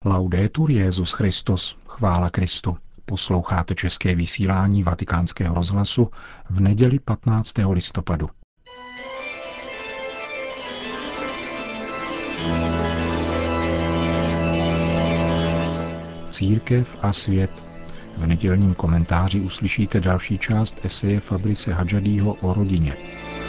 Laudetur Jesus Christus, chvála Kristu. Posloucháte české vysílání Vatikánského rozhlasu v neděli 15. listopadu. Církev a svět. V nedělním komentáři uslyšíte další část eseje Fabrice Hadžadího o rodině.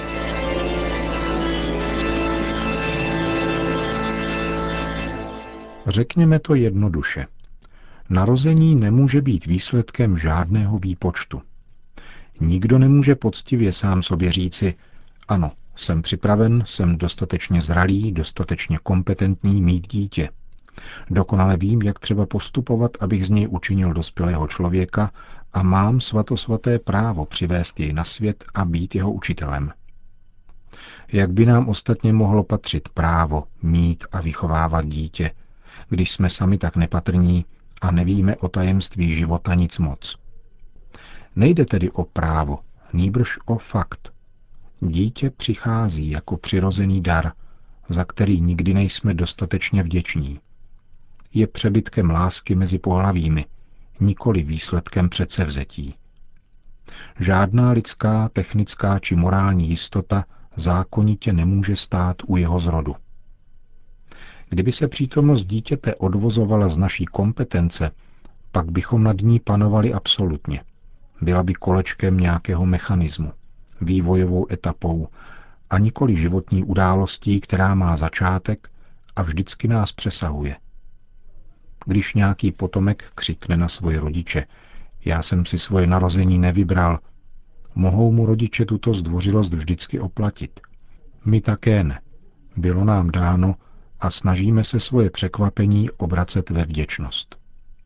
Řekněme to jednoduše. Narození nemůže být výsledkem žádného výpočtu. Nikdo nemůže poctivě sám sobě říci, ano, jsem připraven, jsem dostatečně zralý, dostatečně kompetentní mít dítě. Dokonale vím, jak třeba postupovat, abych z něj učinil dospělého člověka a mám svatosvaté právo přivést jej na svět a být jeho učitelem. Jak by nám ostatně mohlo patřit právo mít a vychovávat dítě, když jsme sami tak nepatrní a nevíme o tajemství života nic moc. Nejde tedy o právo, nýbrž o fakt. Dítě přichází jako přirozený dar, za který nikdy nejsme dostatečně vděční. Je přebytkem lásky mezi pohlavími, nikoli výsledkem předsevzetí. Žádná lidská, technická či morální jistota zákonitě nemůže stát u jeho zrodu. Kdyby se přítomnost dítěte odvozovala z naší kompetence, pak bychom nad ní panovali absolutně. Byla by kolečkem nějakého mechanismu, vývojovou etapou a nikoli životní událostí, která má začátek a vždycky nás přesahuje. Když nějaký potomek křikne na svoje rodiče, já jsem si svoje narození nevybral, mohou mu rodiče tuto zdvořilost vždycky oplatit. My také ne. Bylo nám dáno a snažíme se svoje překvapení obracet ve vděčnost.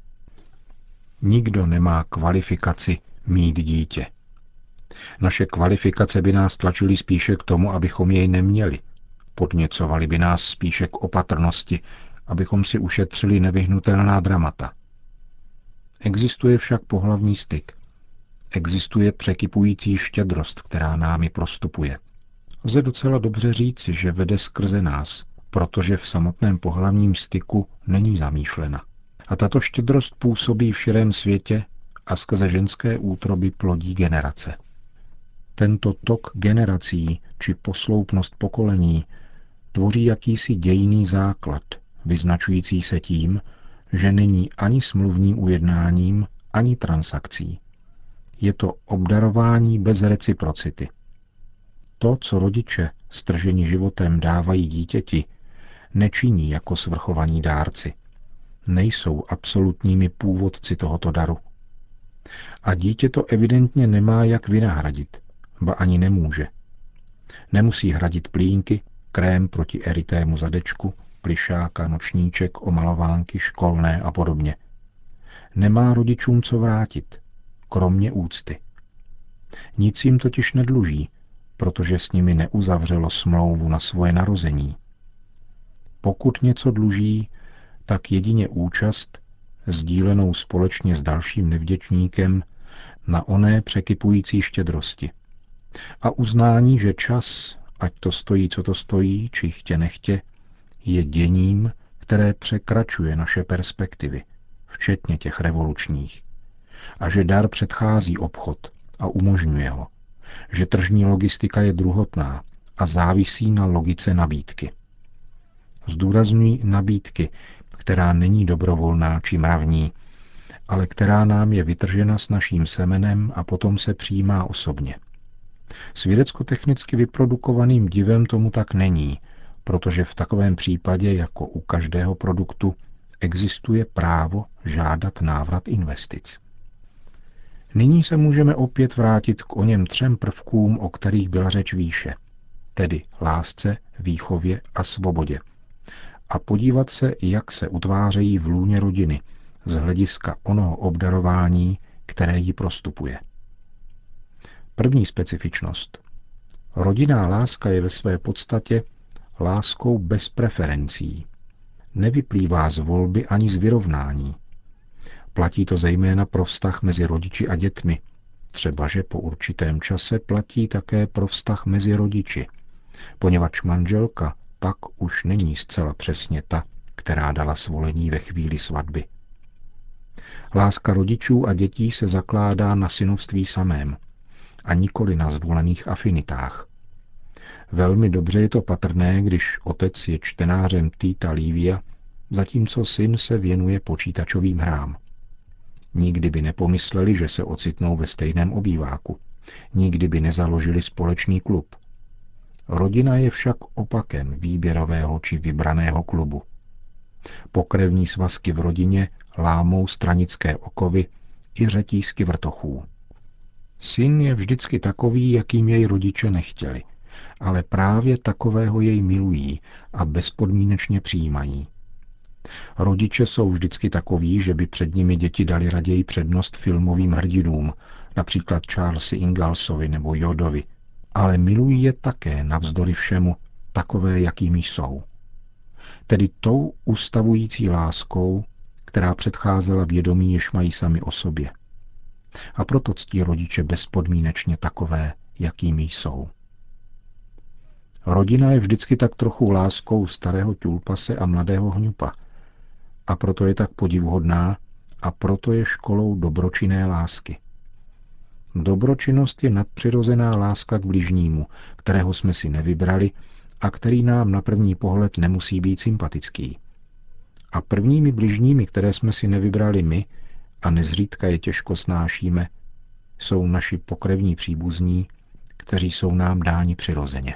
Nikdo nemá kvalifikaci mít dítě. Naše kvalifikace by nás tlačily spíše k tomu, abychom jej neměli. Podněcovali by nás spíše k opatrnosti, abychom si ušetřili nevyhnutelná dramata. Existuje však pohlavní styk. Existuje překypující štědrost, která námi prostupuje. Lze docela dobře říci, že vede skrze nás, protože v samotném pohlavním styku není zamýšlena. A tato štědrost působí v širém světě a skrze ženské útroby plodí generace. Tento tok generací či posloupnost pokolení tvoří jakýsi dějinný základ, vyznačující se tím, že není ani smluvním ujednáním, ani transakcí. Je to obdarování bez reciprocity. To, co rodiče, strženi životem, dávají dítěti, nečiní jako svrchovaní dárci. Nejsou absolutními původci tohoto daru. A dítě to evidentně nemá jak vynahradit, ba ani nemůže. Nemusí hradit plínky, krém proti eritému zadečku, plišáka, nočníček, omalovánky, školné a podobně. Nemá rodičům co vrátit, kromě úcty. Nic jim totiž nedluží, protože s nimi neuzavřelo smlouvu na svoje narození. Pokud něco dluží, tak jedině účast, sdílenou společně s dalším nevděčníkem, na oné překypující štědrosti. A uznání, že čas, ať to stojí, co to stojí, či chtě nechtě, je děním, které překračuje naše perspektivy, včetně těch revolučních. A že dar předchází obchod a umožňuje ho. Že tržní logistika je druhotná a závisí na logice nabídky. Zdůrazňují nabídky, která není dobrovolná či mravní, ale která nám je vytržena s naším semenem a potom se přijímá osobně. S vědecko-technicky vyprodukovaným divem tomu tak není, protože v takovém případě, jako u každého produktu, existuje právo žádat návrat investic. Nyní se můžeme opět vrátit k oněm 3 prvkům, o kterých byla řeč výše, tedy lásce, výchově a svobodě, a podívat se, jak se utvářejí v lůně rodiny z hlediska onoho obdarování, které ji prostupuje. První specifičnost. Rodinná láska je ve své podstatě láskou bez preferencí. Nevyplývá z volby ani z vyrovnání. Platí to zejména pro vztah mezi rodiči a dětmi, třebaže po určitém čase platí také pro vztah mezi rodiči, poněvadž manželka pak už není zcela přesně ta, která dala svolení ve chvíli svatby. Láska rodičů a dětí se zakládá na synovství samém a nikoli na zvolených afinitách. Velmi dobře je to patrné, když otec je čtenářem Tita Livia, zatímco syn se věnuje počítačovým hrám. Nikdy by nepomysleli, že se ocitnou ve stejném obýváku. Nikdy by nezaložili společný klub. Rodina je však opakem výběrového či vybraného klubu. Pokrevní svazky v rodině lámou stranické okovy i řetízky vrtochů. Syn je vždycky takový, jakým jej rodiče nechtěli, ale právě takového jej milují a bezpodmínečně přijímají. Rodiče jsou vždycky takoví, že by před nimi děti dali raději přednost filmovým hrdinům, například Charlesi Ingalsovi nebo Yodovi, ale milují je také navzdory všemu takové, jakými jsou. Tedy tou ustavující láskou, která předcházela vědomí, jež mají sami o sobě. A proto ctí rodiče bezpodmínečně takové, jakými jsou. Rodina je vždycky tak trochu láskou starého tulpase a mladého hňupa. A proto je tak podivuhodná a proto je školou dobročinné lásky. Dobročinnost je nadpřirozená láska k bližnímu, kterého jsme si nevybrali a který nám na první pohled nemusí být sympatický. A prvními bližními, které jsme si nevybrali my, a nezřídka je těžko snášíme, jsou naši pokrevní příbuzní, kteří jsou nám dáni přirozeně.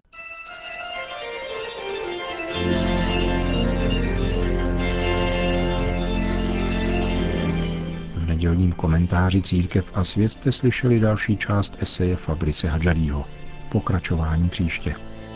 V nedělním komentáři Církev a svět jste slyšeli další část eseje Fabrice Hadžadího. Pokračování příště.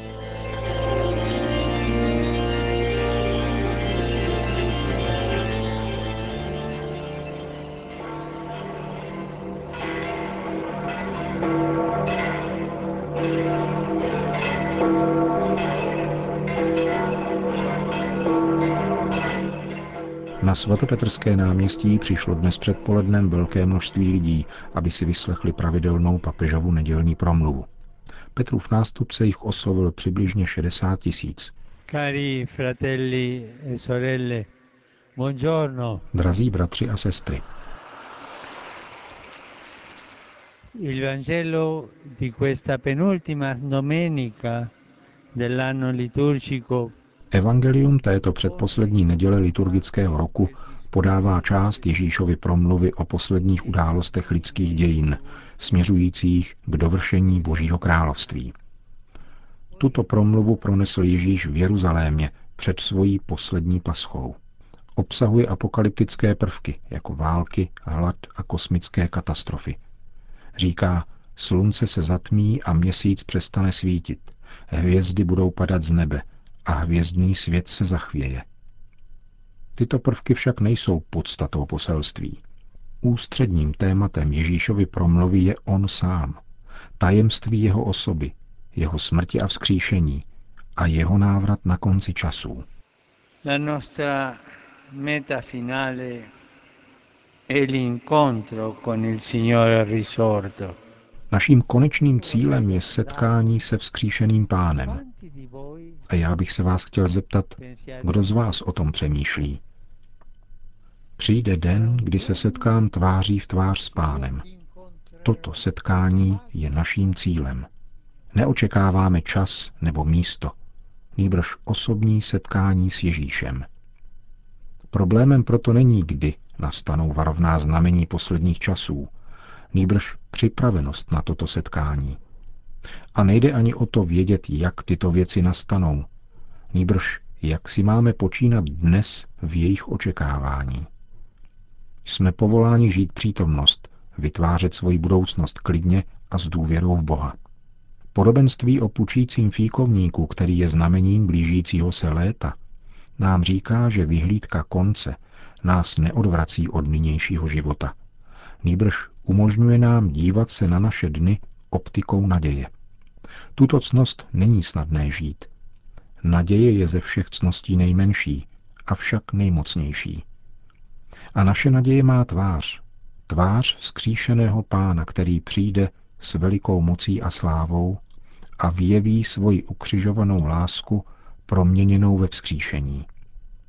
Na svatopetrské náměstí přišlo dnes předpolednem velké množství lidí, aby si vyslechli pravidelnou papežovu nedělní promluvu. Petrův nástupce jich oslovil přibližně 60 000. Cari fratelli e sorelle, buongiorno. Drazí bratři a sestry. Il Vangelo di questa penultima domenica dell'anno liturgico. Evangelium této předposlední neděle liturgického roku podává část Ježíšovy promluvy o posledních událostech lidských dějin, směřujících k dovršení Božího království. Tuto promluvu pronesl Ježíš v Jeruzalémě před svojí poslední paschou. Obsahuje apokalyptické prvky, jako války, hlad a kosmické katastrofy. Říká, slunce se zatmí a měsíc přestane svítit, hvězdy budou padat z nebe a hvězdný svět se zachvěje. Tyto prvky však nejsou podstatou poselství. Ústředním tématem Ježíšovy promluvy je on sám, tajemství jeho osoby, jeho smrti a vzkříšení a jeho návrat na konci časů. La nostra meta finale è l'incontro con il Signore risorto. Naším konečným cílem je setkání se vzkříšeným Pánem. A já bych se vás chtěl zeptat, kdo z vás o tom přemýšlí. Přijde den, kdy se setkám tváří v tvář s Pánem. Toto setkání je naším cílem. Neočekáváme čas nebo místo, nýbrž osobní setkání s Ježíšem. Problémem proto není, kdy nastanou varovná znamení posledních časů, nýbrž připravenost na toto setkání. A nejde ani o to vědět, jak tyto věci nastanou, nýbrž jak si máme počínat dnes v jejich očekávání. Jsme povoláni žít přítomnost, vytvářet svoji budoucnost klidně a s důvěrou v Boha. Podobenství o pučícím fíkovníku, který je znamením blížícího se léta, nám říká, že vyhlídka konce nás neodvrací od nynějšího života, nýbrž umožňuje nám dívat se na naše dny optikou naděje. Tuto ctnost není snadné žít. Naděje je ze všech ctností nejmenší, avšak nejmocnější. A naše naděje má tvář. Tvář vzkříšeného Pána, který přijde s velikou mocí a slávou a vyjeví svoji ukřižovanou lásku proměněnou ve vzkříšení.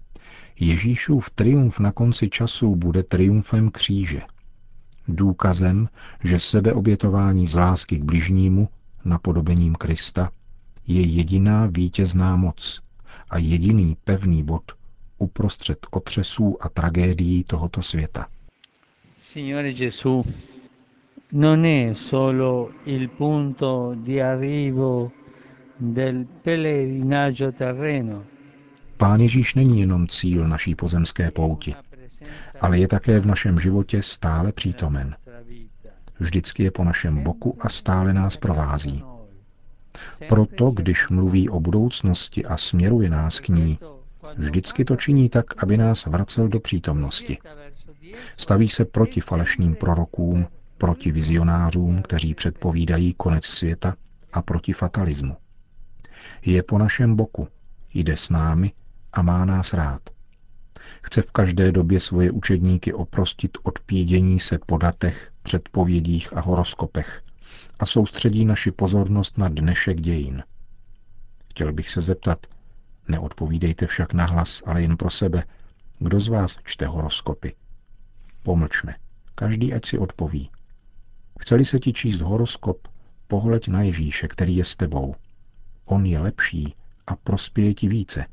Ježíšův triumf na konci časů bude triumfem kříže. Důkazem, že sebeobětování z lásky k bližnímu, napodobením Krista, je jediná vítězná moc a jediný pevný bod uprostřed otřesů a tragédií tohoto světa. Signore Gesù, non è solo il punto di arrivo del pellegrinaggio terreno. Pán Ježíš není jenom cíl naší pozemské pouti, ale je také v našem životě stále přítomen. Vždycky je po našem boku a stále nás provází. Proto, když mluví o budoucnosti a směruje nás k ní, vždycky to činí tak, aby nás vracel do přítomnosti. Staví se proti falešným prorokům, proti vizionářům, kteří předpovídají konec světa, a proti fatalismu. Je po našem boku, jde s námi a má nás rád. Chce v každé době svoje učedníky oprostit od pídění se po datech, předpovědích a horoskopech a soustředí naši pozornost na dnešek dějin. Chtěl bych se zeptat, neodpovídejte však nahlas, ale jen pro sebe, kdo z vás čte horoskopy? Pomlčme, každý ať si odpoví. Chce-li se ti číst horoskop, pohleď na Ježíše, který je s tebou. On je lepší a prospěje ti více.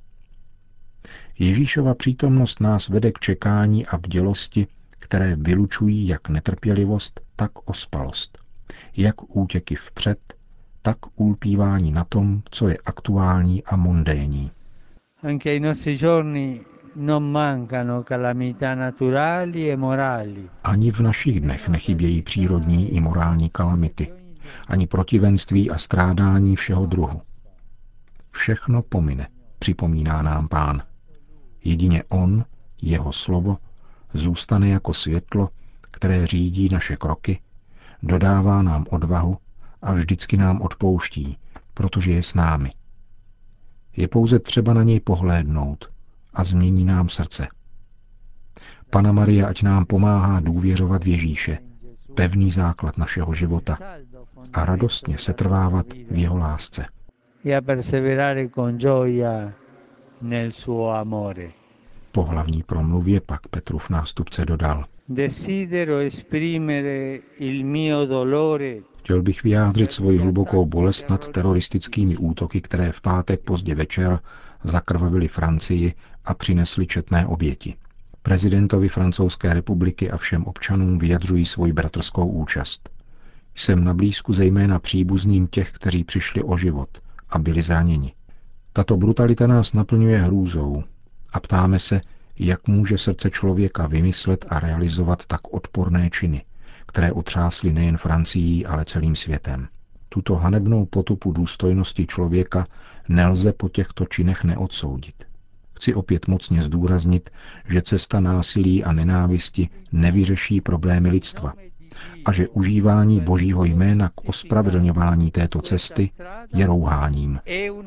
Ježíšova přítomnost nás vede k čekání a bdělosti, které vylučují jak netrpělivost, tak ospalost. Jak útěky vpřed, tak ulpívání na tom, co je aktuální a mondénní. Anche ai nostri giorni non mancano calamità naturali e morali. Ani v našich dnech nechybějí přírodní i morální kalamity, ani protivenství a strádání všeho druhu. Všechno pomine, připomíná nám Pán. Jedině on, jeho slovo, zůstane jako světlo, které řídí naše kroky, dodává nám odvahu a vždycky nám odpouští, protože je s námi. Je pouze třeba na něj pohlédnout a změní nám srdce. Panna Maria ať nám pomáhá důvěřovat v Ježíše, pevný základ našeho života, a radostně setrvávat v jeho lásce. Po hlavní promluvě pak Petrův nástupce dodal: Chtěl bych vyjádřit svoji hlubokou bolest nad teroristickými útoky, které v pátek pozdě večer zakrvavily Francii a přinesly četné oběti. Prezidentovi Francouzské republiky a všem občanům vyjadřují svoji bratrskou účast. Jsem na blízku zejména příbuzným těch, kteří přišli o život a byli zraněni. Tato brutalita nás naplňuje hrůzou a ptáme se, jak může srdce člověka vymyslet a realizovat tak odporné činy, které otřásly nejen Francií, ale celým světem. Tuto hanebnou potupu důstojnosti člověka nelze po těchto činech neodsoudit. Chci opět mocně zdůraznit, že cesta násilí a nenávisti nevyřeší problémy lidstva a že užívání Božího jména k ospravedlňování této cesty je rouháním.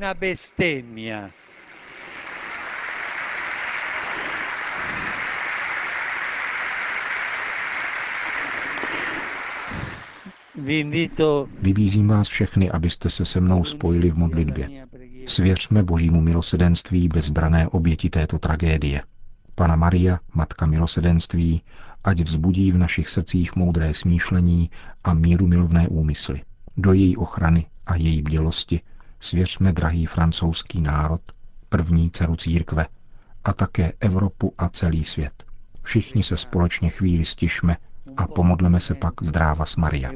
Vybízím vás všechny, abyste se mnou spojili v modlitbě. Svěřme Božímu milosedenství bezbrané oběti této tragédie. Panna Maria, Matka milosedenství, ať vzbudí v našich srdcích moudré smýšlení a mírumilovné úmysly. Do její ochrany a její bdělosti svěřme drahý francouzský národ, první dceru církve, a také Evropu a celý svět. Všichni se společně chvíli stišme a pomodleme se pak Zdrávas Maria.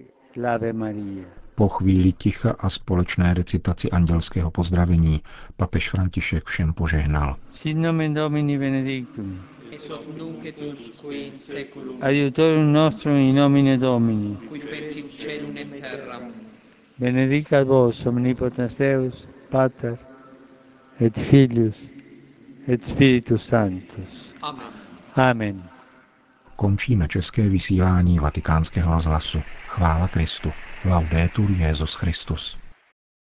Po chvíli ticha a společné recitaci andělského pozdravení papež František všem požehnal. Sit nomen Domini benedictum. Ex hoc nunc et usque in seculum. Aiutorium nostrum in nomine Domini. Qui fecit caelum et terram. Benedicat vos omnipotens Deus, Pater et Filius et Spiritus Sanctus. Amen. Amen. Končíme české vysílání Vatikánského rozhlasu. Chvála Kristu. Laudetur Jesus Christus.